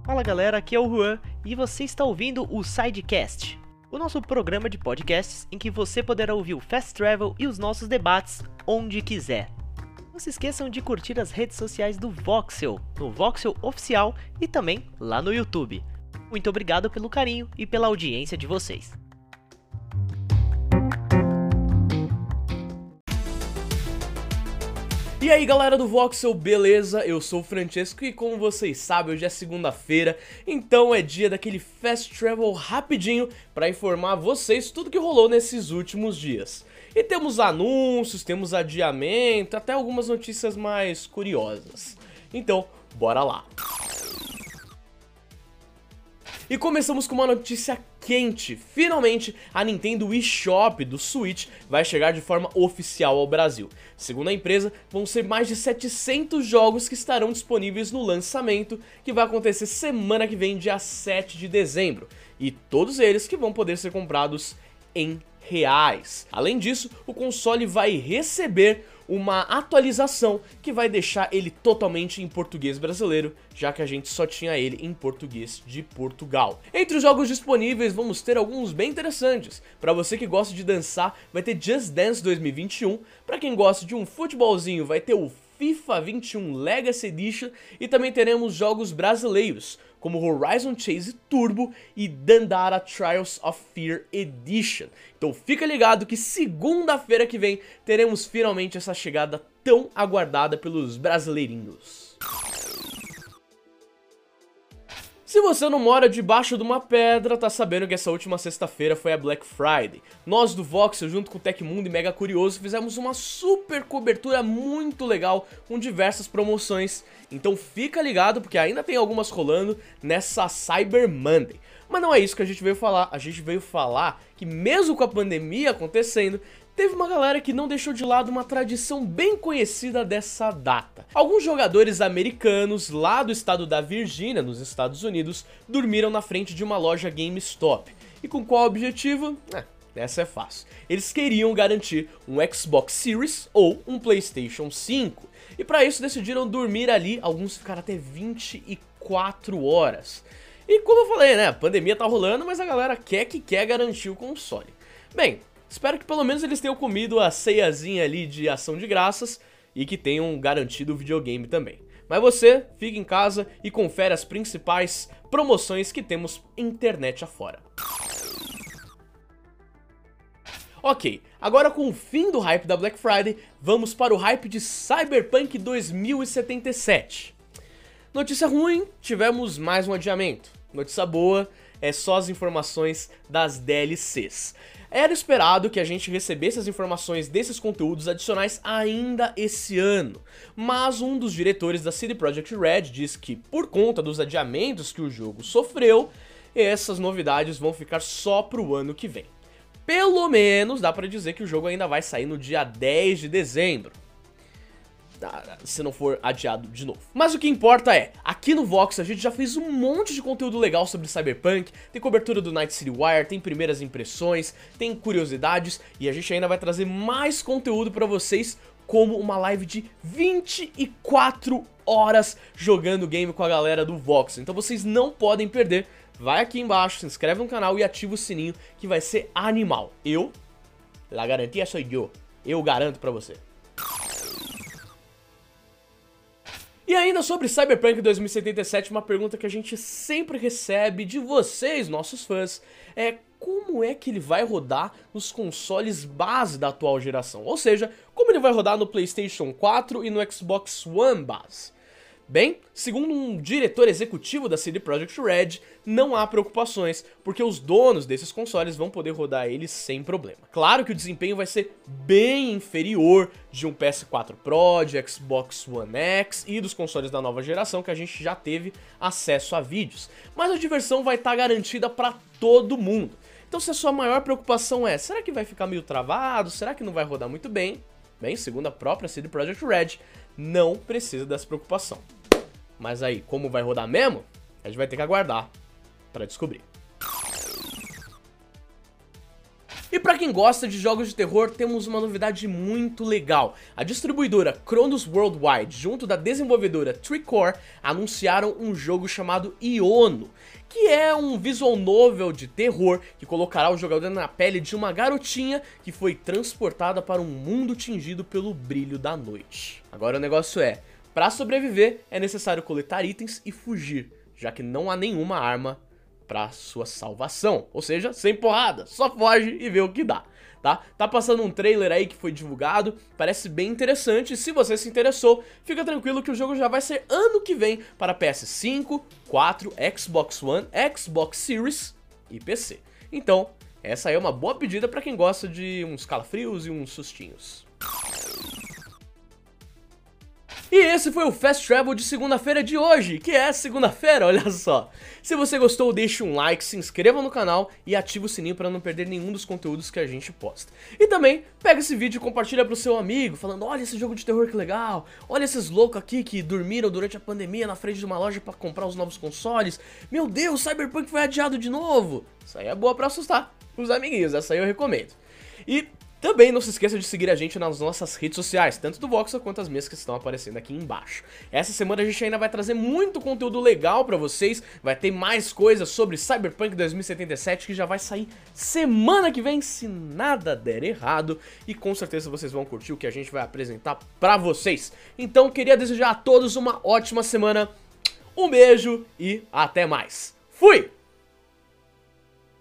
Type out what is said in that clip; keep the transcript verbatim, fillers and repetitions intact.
Fala galera, aqui é o Juan e você está ouvindo o Sidecast, o nosso programa de podcasts em que você poderá ouvir o Fast Travel e os nossos debates onde quiser. Não se esqueçam de curtir as redes sociais do Voxel, no Voxel Oficial e também lá no YouTube. Muito obrigado pelo carinho e pela audiência de vocês. E aí galera do Voxel, beleza? Eu sou o Francesco e como vocês sabem, hoje é segunda-feira, então é dia daquele Fast Travel rapidinho para informar vocês tudo que rolou nesses últimos dias. E temos anúncios, temos adiamento, até algumas notícias mais curiosas. Então, bora lá! E começamos com uma notícia quente. Finalmente, a Nintendo eShop do Switch vai chegar de forma oficial ao Brasil. Segundo a empresa, vão ser mais de setecentos jogos que estarão disponíveis no lançamento, que vai acontecer semana que vem, dia sete de dezembro. E todos eles que vão poder ser comprados em reais. Além disso, o console vai receber uma atualização que vai deixar ele totalmente em português brasileiro, já que a gente só tinha ele em português de Portugal. Entre os jogos disponíveis vamos ter alguns bem interessantes. Para você que gosta de dançar, vai ter Just Dance dois mil e vinte e um. Para quem gosta de um futebolzinho, vai ter o FIFA vinte e um Legacy Edition. E também teremos jogos brasileiros, como Horizon Chase Turbo e Dandara Trials of Fear Edition. Então fica ligado que segunda-feira que vem teremos finalmente essa chegada tão aguardada pelos brasileirinhos. Se você não mora debaixo de uma pedra, tá sabendo que essa última sexta-feira foi a Black Friday. Nós do Voxel, junto com o Tecmundo e Mega Curioso, fizemos uma super cobertura muito legal com diversas promoções. Então fica ligado porque ainda tem algumas rolando nessa Cyber Monday. Mas não é isso que a gente veio falar, a gente veio falar que mesmo com a pandemia acontecendo, teve uma galera que não deixou de lado uma tradição bem conhecida dessa data. Alguns jogadores americanos lá do estado da Virgínia, nos Estados Unidos, dormiram na frente de uma loja GameStop. E com qual objetivo? É, essa é fácil. Eles queriam garantir um Xbox Series ou um PlayStation cinco. E para isso decidiram dormir ali, alguns ficaram até vinte e quatro horas. E como eu falei, né, a pandemia tá rolando, mas a galera quer que quer garantir o console. Bem, espero que pelo menos eles tenham comido a ceiazinha ali de ação de graças e que tenham garantido o videogame também. Mas você, fica em casa e confere as principais promoções que temos internet afora. Ok, agora com o fim do hype da Black Friday, vamos para o hype de Cyberpunk dois mil e setenta e sete. Notícia ruim, tivemos mais um adiamento. Notícia boa, é só as informações das D L Cs. Era esperado que a gente recebesse as informações desses conteúdos adicionais ainda esse ano, mas um dos diretores da C D Projekt Red diz que por conta dos adiamentos que o jogo sofreu, essas novidades vão ficar só pro ano que vem. Pelo menos dá pra dizer que o jogo ainda vai sair no dia dez de dezembro. Se não for adiado de novo. Mas o que importa é, aqui no Vox a gente já fez um monte de conteúdo legal sobre Cyberpunk. Tem cobertura do Night City Wire, tem primeiras impressões, tem curiosidades. E a gente ainda vai trazer mais conteúdo pra vocês, como uma live de vinte e quatro horas jogando game com a galera do Vox. Então vocês não podem perder. Vai aqui embaixo, se inscreve no canal e ativa o sininho que vai ser animal. Eu, la garantia sou eu, eu garanto pra você. E ainda sobre Cyberpunk dois mil e setenta e sete, uma pergunta que a gente sempre recebe de vocês, nossos fãs, é como é que ele vai rodar nos consoles base da atual geração? Ou seja, como ele vai rodar no PlayStation quatro e no Xbox One base? Bem, segundo um diretor executivo da C D Projekt Red, não há preocupações, porque os donos desses consoles vão poder rodar eles sem problema. Claro que o desempenho vai ser bem inferior de um P S quatro Pro, de Xbox One X e dos consoles da nova geração que a gente já teve acesso a vídeos, mas a diversão vai estar garantida para todo mundo. Então se a sua maior preocupação é, será que vai ficar meio travado, será que não vai rodar muito bem? Bem, segundo a própria C D Projekt Red, não precisa dessa preocupação. Mas aí, como vai rodar mesmo? A gente vai ter que aguardar pra descobrir. E pra quem quem gosta de jogos de terror, temos uma novidade muito legal. A distribuidora Chronos Worldwide, junto da desenvolvedora Tricore, anunciaram um jogo chamado Iono, que é um visual novel de terror que colocará o jogador na pele de uma garotinha que foi transportada para um mundo tingido pelo brilho da noite. Agora o negócio é, para sobreviver é necessário coletar itens e fugir, já que não há nenhuma arma para sua salvação, ou seja, sem porrada, só foge e vê o que dá, tá? Tá passando um trailer aí que foi divulgado, parece bem interessante, e se você se interessou, fica tranquilo que o jogo já vai ser ano que vem para P S cinco, quatro, Xbox One, Xbox Series e P C. Então, essa aí é uma boa pedida para quem gosta de uns calafrios e uns sustinhos. E esse foi o Fast Travel de segunda-feira de hoje, que é segunda-feira, olha só. Se você gostou, deixe um like, se inscreva no canal e ative o sininho para não perder nenhum dos conteúdos que a gente posta. E também, pega esse vídeo e compartilha pro seu amigo, falando, olha esse jogo de terror que legal, olha esses loucos aqui que dormiram durante a pandemia na frente de uma loja para comprar os novos consoles. Meu Deus, Cyberpunk foi adiado de novo. Isso aí é boa pra assustar os amiguinhos, essa aí eu recomendo. E também não se esqueça de seguir a gente nas nossas redes sociais, tanto do Voxel quanto as minhas que estão aparecendo aqui embaixo. Essa semana a gente ainda vai trazer muito conteúdo legal pra vocês, vai ter mais coisas sobre Cyberpunk dois mil e setenta e sete que já vai sair semana que vem, se nada der errado, e com certeza vocês vão curtir o que a gente vai apresentar pra vocês. Então queria desejar a todos uma ótima semana, um beijo e até mais. Fui!